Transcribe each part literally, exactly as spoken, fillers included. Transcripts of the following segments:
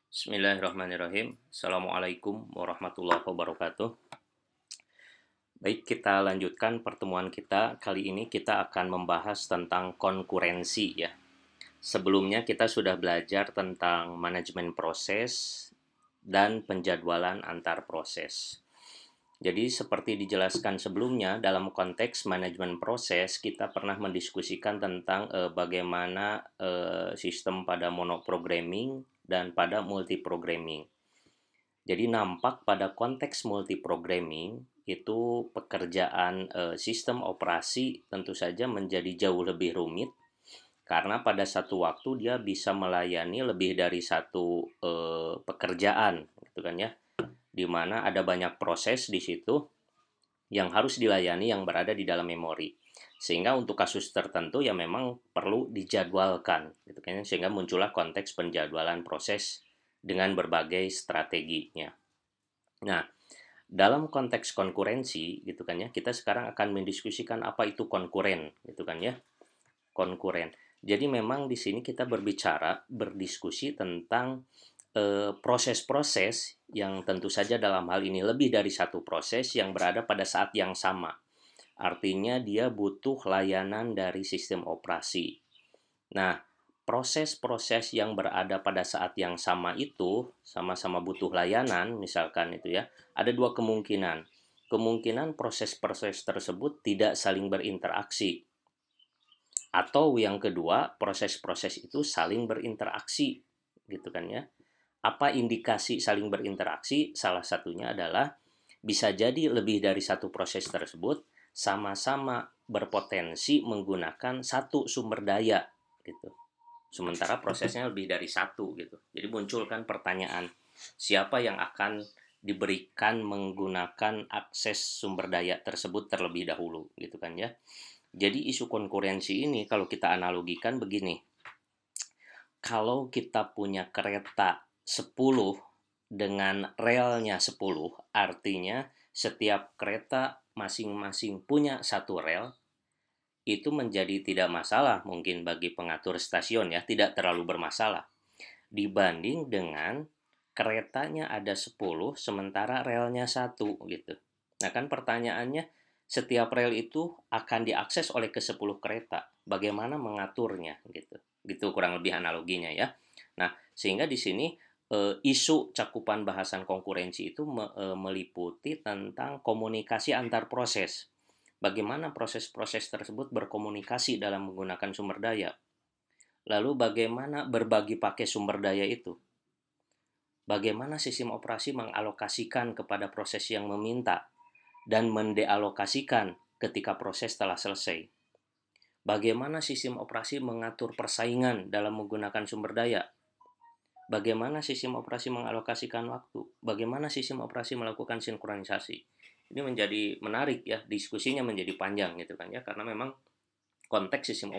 Bismillahirrahmanirrahim. Assalamualaikum warahmatullahi wabarakatuh. Baik, kita lanjutkan pertemuan kita. Kali ini kita akan membahas tentang konkurensi ya. Sebelumnya kita sudah belajar tentang manajemen proses dan penjadwalan antar proses. Jadi seperti dijelaskan sebelumnya, dalam konteks manajemen proses kita pernah mendiskusikan tentang eh, bagaimana eh, sistem pada monoprogramming dan pada multiprogramming. Jadi nampak pada konteks multiprogramming itu pekerjaan eh, sistem operasi tentu saja menjadi jauh lebih rumit karena pada satu waktu dia bisa melayani lebih dari satu eh, pekerjaan, gitu kan ya, di mana ada banyak proses di situ yang harus dilayani yang berada di dalam memori. Sehingga untuk kasus tertentu ya memang perlu dijadwalkan, gitu kan ya, sehingga muncullah konteks penjadwalan proses dengan berbagai strateginya. Nah, dalam konteks konkurensi gitu kan ya, kita sekarang akan mendiskusikan apa itu konkuren gitu kan ya. Konkuren. Jadi memang di sini kita berbicara, berdiskusi tentang eh, proses-proses yang tentu saja dalam hal ini lebih dari satu proses yang berada pada saat yang sama. Artinya dia butuh layanan dari sistem operasi. Nah, proses-proses yang berada pada saat yang sama itu sama-sama butuh layanan, misalkan itu ya, ada dua kemungkinan. Kemungkinan proses-proses tersebut tidak saling berinteraksi. Atau yang kedua, proses-proses itu saling berinteraksi, gitu kan ya. Apa indikasi saling berinteraksi? Salah satunya adalah bisa jadi lebih dari satu proses tersebut sama-sama berpotensi menggunakan satu sumber daya gitu. Sementara prosesnya lebih dari satu gitu. Jadi muncul kan pertanyaan, siapa yang akan diberikan menggunakan akses sumber daya tersebut terlebih dahulu gitu kan ya. Jadi isu konkurensi ini kalau kita analogikan begini. Kalau kita punya kereta sepuluh dengan relnya sepuluh, artinya setiap kereta masing-masing punya satu rel, itu menjadi tidak masalah mungkin bagi pengatur stasiun ya, tidak terlalu bermasalah. Dibanding dengan keretanya ada sepuluh sementara relnya satu gitu. Nah kan pertanyaannya, setiap rel itu akan diakses oleh ke sepuluh kereta. Bagaimana mengaturnya gitu. Gitu kurang lebih analoginya ya. Nah, sehingga di sini e, isu cakupan bahasan konkurensi itu me, e, meliputi tentang komunikasi antar proses. Bagaimana proses-proses tersebut berkomunikasi dalam menggunakan sumber daya. Lalu bagaimana berbagi pakai sumber daya itu? Bagaimana sistem operasi mengalokasikan kepada proses yang meminta dan mendealokasikan ketika proses telah selesai? Bagaimana sistem operasi mengatur persaingan dalam menggunakan sumber daya? Bagaimana sistem operasi mengalokasikan waktu? Bagaimana sistem operasi melakukan sinkronisasi? Ini menjadi menarik ya, diskusinya menjadi panjang gitu kan ya, karena memang konteks sistem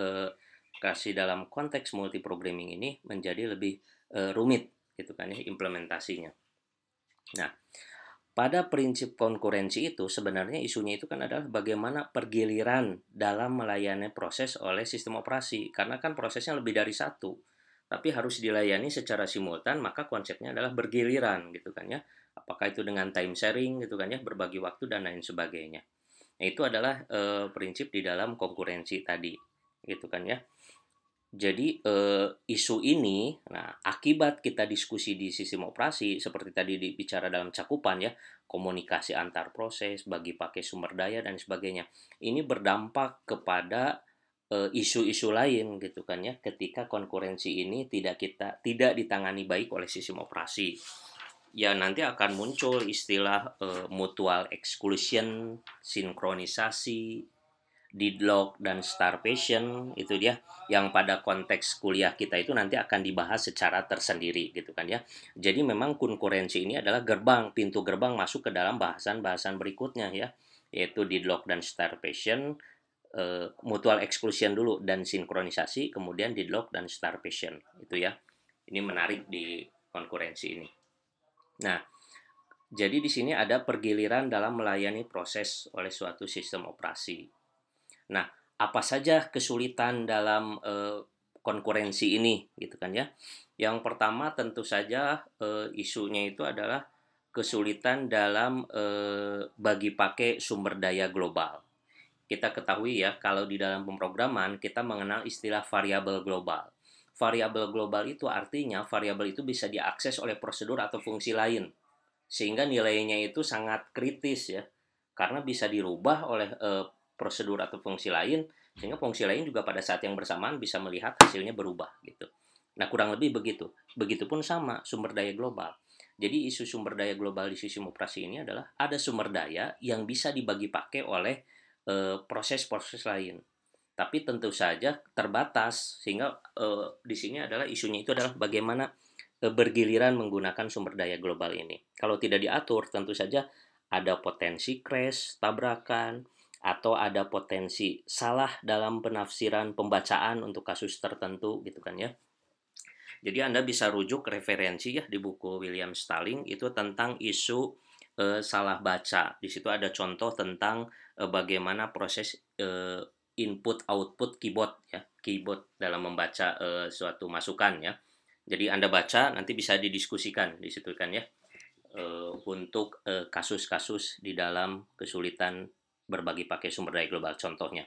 operasi dalam konteks multiprogramming ini menjadi lebih e, rumit gitu kan ya implementasinya. Nah, pada prinsip konkurensi itu sebenarnya isunya itu kan adalah bagaimana pergiliran dalam melayani proses oleh sistem operasi, karena kan prosesnya lebih dari satu tapi harus dilayani secara simultan, maka konsepnya adalah bergiliran gitu kan ya. Apakah itu dengan time sharing gitu kan ya, berbagi waktu dan lain sebagainya. Nah, itu adalah e, prinsip di dalam konkurensi tadi gitu kan ya. Jadi eh, isu ini, nah akibat kita diskusi di sistem operasi seperti tadi dibicara dalam cakupan ya, komunikasi antar proses, bagi pakai sumber daya dan sebagainya. Ini berdampak kepada eh, isu-isu lain gitu kan ya, ketika konkurensi ini tidak kita tidak ditangani baik oleh sistem operasi. Ya nanti akan muncul istilah eh, mutual exclusion, sinkronisasi, deadlock dan starvation, itu dia yang pada konteks kuliah kita itu nanti akan dibahas secara tersendiri gitu kan ya. Jadi memang konkurensi ini adalah gerbang, pintu gerbang masuk ke dalam bahasan-bahasan berikutnya ya, yaitu deadlock dan starvation, eh, mutual exclusion dulu dan sinkronisasi, kemudian deadlock dan starvation itu ya. Ini menarik di konkurensi ini. Nah, jadi di sini ada pergiliran dalam melayani proses oleh suatu sistem operasi. Nah, apa saja kesulitan dalam eh, konkurensi ini gitu kan ya. Yang pertama tentu saja e, isunya itu adalah kesulitan dalam e, bagi pakai sumber daya global. Kita ketahui ya, kalau di dalam pemrograman kita mengenal istilah variabel global. Variabel global itu artinya variabel itu bisa diakses oleh prosedur atau fungsi lain, sehingga nilainya itu sangat kritis ya, karena bisa dirubah oleh e, prosedur atau fungsi lain, sehingga fungsi lain juga pada saat yang bersamaan bisa melihat hasilnya berubah gitu. Nah, kurang lebih begitu. Begitupun sama sumber daya global. Jadi isu sumber daya global di sistem operasi ini adalah ada sumber daya yang bisa dibagi pakai oleh e, proses-proses lain. Tapi tentu saja terbatas, sehingga e, di sini adalah isunya itu adalah bagaimana e, bergiliran menggunakan sumber daya global ini. Kalau tidak diatur, tentu saja ada potensi crash, tabrakan, atau ada potensi salah dalam penafsiran pembacaan untuk kasus tertentu gitu kan ya. Jadi Anda bisa rujuk referensi ya di buku William Stalling itu tentang isu e, salah baca. Di situ ada contoh tentang e, bagaimana proses e, input output keyboard ya, keyboard dalam membaca e, suatu masukan ya. Jadi Anda baca, nanti bisa didiskusikan di situ kan ya, e, untuk e, kasus-kasus di dalam kesulitan berbagi pakai sumber daya global contohnya.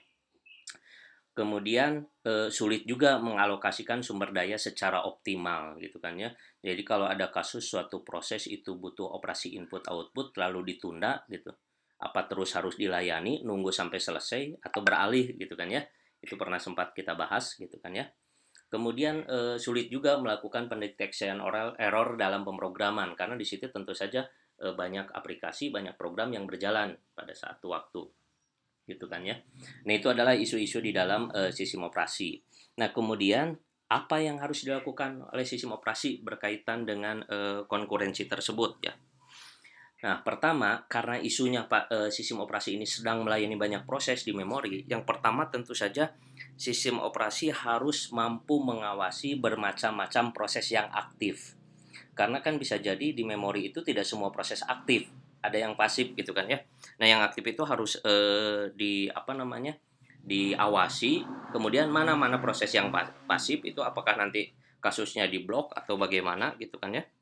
Kemudian e, sulit juga mengalokasikan sumber daya secara optimal gitu kan ya. Jadi kalau ada kasus suatu proses itu butuh operasi input output lalu ditunda gitu. Apa terus harus dilayani, nunggu sampai selesai atau beralih gitu kan ya. Itu pernah sempat kita bahas gitu kan ya. Kemudian e, sulit juga melakukan pendeteksian oral error dalam pemrograman karena di situ tentu saja e, banyak aplikasi, banyak program yang berjalan pada satu waktu gitu kan ya. Nah, itu adalah isu-isu di dalam e, sistem operasi. Nah, kemudian apa yang harus dilakukan oleh sistem operasi berkaitan dengan e, konkurensi tersebut ya. Nah, pertama, karena isunya Pak e, sistem operasi ini sedang melayani banyak proses di memori, yang pertama tentu saja sistem operasi harus mampu mengawasi bermacam-macam proses yang aktif. Karena kan bisa jadi di memori itu tidak semua proses aktif, ada yang pasif gitu kan ya. Nah, yang aktif itu harus eh, di apa namanya? Diawasi. Kemudian mana-mana proses yang pasif itu apakah nanti kasusnya diblok atau bagaimana gitu kan ya.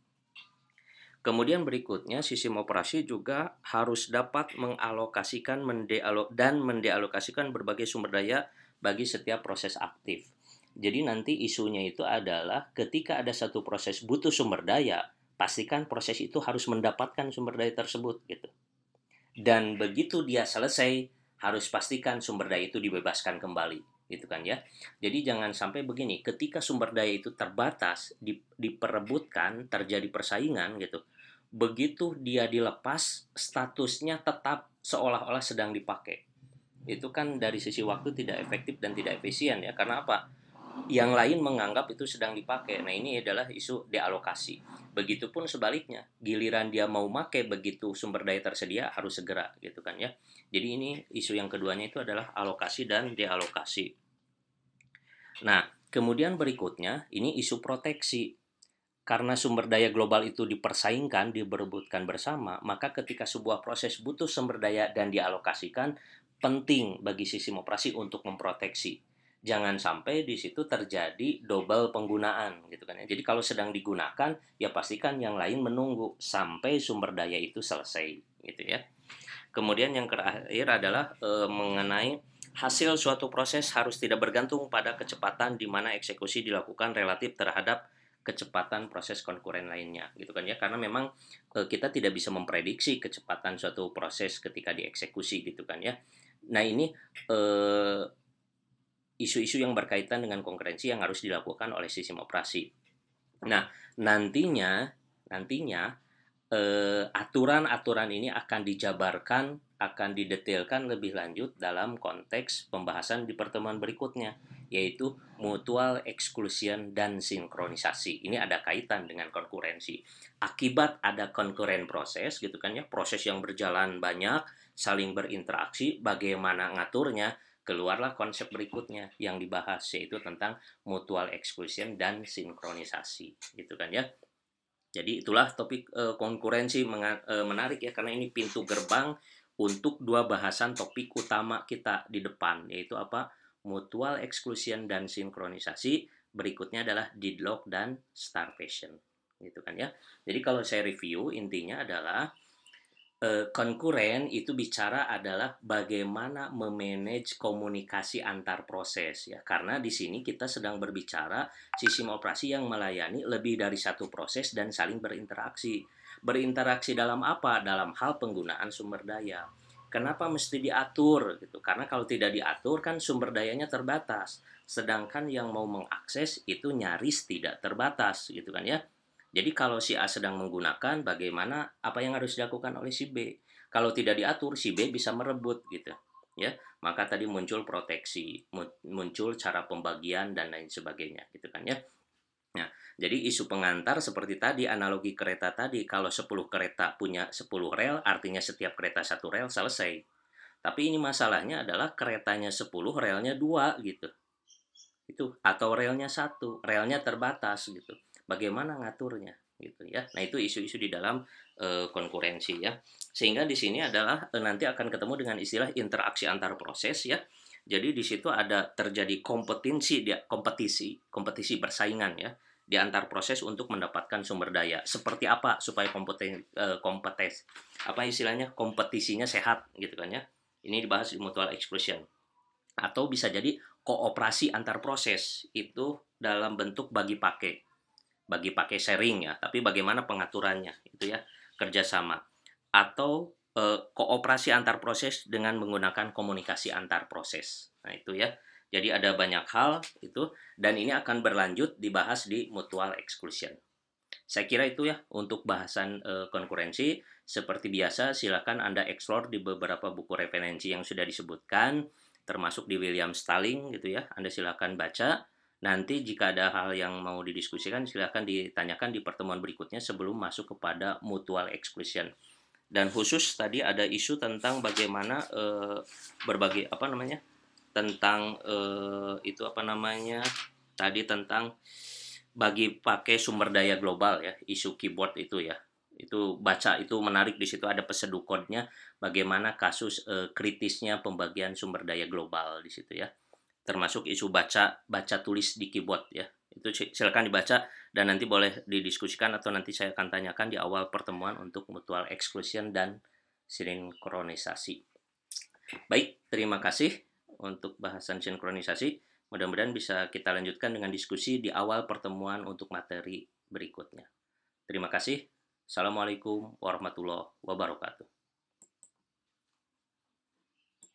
Kemudian berikutnya sistem operasi juga harus dapat mengalokasikan mendealo dan mendealokasikan berbagai sumber daya bagi setiap proses aktif. Jadi nanti isunya itu adalah ketika ada satu proses butuh sumber daya, pastikan proses itu harus mendapatkan sumber daya tersebut gitu. Dan begitu dia selesai, harus pastikan sumber daya itu dibebaskan kembali gitu kan ya. Jadi jangan sampai begini, ketika sumber daya itu terbatas, di, diperebutkan, terjadi persaingan gitu. Begitu dia dilepas, statusnya tetap seolah-olah sedang dipakai. Itu kan dari sisi waktu tidak efektif dan tidak efisien ya. Karena apa? Yang lain menganggap itu sedang dipakai. Nah, ini adalah isu dealokasi. Begitupun sebaliknya, giliran dia mau pakai begitu sumber daya tersedia harus segera gitu kan ya. Jadi ini isu yang keduanya itu adalah alokasi dan dealokasi. Nah, kemudian berikutnya ini isu proteksi. Karena sumber daya global itu dipersaingkan, diberebutkan bersama, maka ketika sebuah proses butuh sumber daya dan dialokasikan, penting bagi sistem operasi untuk memproteksi. Jangan sampai di situ terjadi double penggunaan gitu kan ya. Jadi kalau sedang digunakan ya pastikan yang lain menunggu sampai sumber daya itu selesai gitu ya. Kemudian yang terakhir adalah e, mengenai hasil suatu proses harus tidak bergantung pada kecepatan di mana eksekusi dilakukan relatif terhadap kecepatan proses konkuren lainnya gitu kan ya, karena memang e, kita tidak bisa memprediksi kecepatan suatu proses ketika dieksekusi gitu kan ya. Nah, ini e, isu-isu yang berkaitan dengan konkurensi yang harus dilakukan oleh sistem operasi. Nah, nantinya nantinya eh, aturan-aturan ini akan dijabarkan, akan didetailkan lebih lanjut dalam konteks pembahasan di pertemuan berikutnya, yaitu mutual exclusion dan sinkronisasi. Ini ada kaitan dengan konkurensi. Akibat ada konkuren proses gitu kan ya, proses yang berjalan banyak, saling berinteraksi, bagaimana ngaturnya, keluarlah konsep berikutnya yang dibahas, yaitu tentang mutual exclusion dan sinkronisasi gitu kan ya. Jadi itulah topik e, konkurensi menga, e, menarik ya, karena ini pintu gerbang untuk dua bahasan topik utama kita di depan, yaitu apa? Mutual exclusion dan sinkronisasi, berikutnya adalah deadlock dan starvation, gitu kan ya. Jadi kalau saya review, intinya adalah eh, konkuren itu bicara adalah bagaimana memanage komunikasi antar proses ya. Karena di sini kita sedang berbicara sistem operasi yang melayani lebih dari satu proses dan saling berinteraksi. Berinteraksi dalam apa? Dalam hal penggunaan sumber daya. Kenapa mesti diatur gitu? Karena kalau tidak diatur kan sumber dayanya terbatas. Sedangkan yang mau mengakses itu nyaris tidak terbatas gitu kan ya. Jadi kalau si A sedang menggunakan, bagaimana apa yang harus dilakukan oleh si B? Kalau tidak diatur, si B bisa merebut gitu. Ya, maka tadi muncul proteksi, muncul cara pembagian dan lain sebagainya gitu kan ya. Nah, jadi isu pengantar seperti tadi analogi kereta tadi, kalau sepuluh kereta punya sepuluh rel, artinya setiap kereta satu rel selesai. Tapi ini masalahnya adalah keretanya sepuluh, relnya dua gitu. Itu atau relnya satu, relnya terbatas gitu. Bagaimana ngaturnya gitu ya. Nah, itu isu-isu di dalam e, konkurensi ya. Sehingga di sini adalah e, nanti akan ketemu dengan istilah interaksi antar proses ya. Jadi di situ ada terjadi kompetensi dia kompetisi, kompetisi bersaingan ya di antar proses untuk mendapatkan sumber daya. Seperti apa supaya kompeten e, kompetes apa istilahnya kompetisinya sehat gitu kan ya. Ini dibahas di mutual exclusion. Atau bisa jadi kooperasi antar proses itu dalam bentuk bagi pakai bagi pakai sharing ya, tapi bagaimana pengaturannya itu ya, kerjasama atau e, kooperasi antar proses dengan menggunakan komunikasi antar proses. Nah itu ya, jadi ada banyak hal itu dan ini akan berlanjut dibahas di mutual exclusion. Saya kira itu ya untuk bahasan e, konkurensi. Seperti biasa silakan Anda explore di beberapa buku referensi yang sudah disebutkan, termasuk di William Stalling gitu ya. Anda silakan baca. Nanti jika ada hal yang mau didiskusikan silakan ditanyakan di pertemuan berikutnya sebelum masuk kepada mutual exclusion. Dan khusus tadi ada isu tentang bagaimana e, berbagai apa namanya? tentang e, itu apa namanya? tadi tentang bagi pakai sumber daya global ya, isu keyboard itu ya. Itu baca itu menarik, di situ ada peseduh kodenya bagaimana kasus e, kritisnya pembagian sumber daya global di situ ya. Termasuk isu baca baca tulis di keyboard ya. Itu silakan dibaca dan nanti boleh didiskusikan atau nanti saya akan tanyakan di awal pertemuan untuk mutual exclusion dan sinkronisasi. Baik, terima kasih untuk bahasan sinkronisasi. Mudah-mudahan bisa kita lanjutkan dengan diskusi di awal pertemuan untuk materi berikutnya. Terima kasih. Assalamualaikum warahmatullahi wabarakatuh.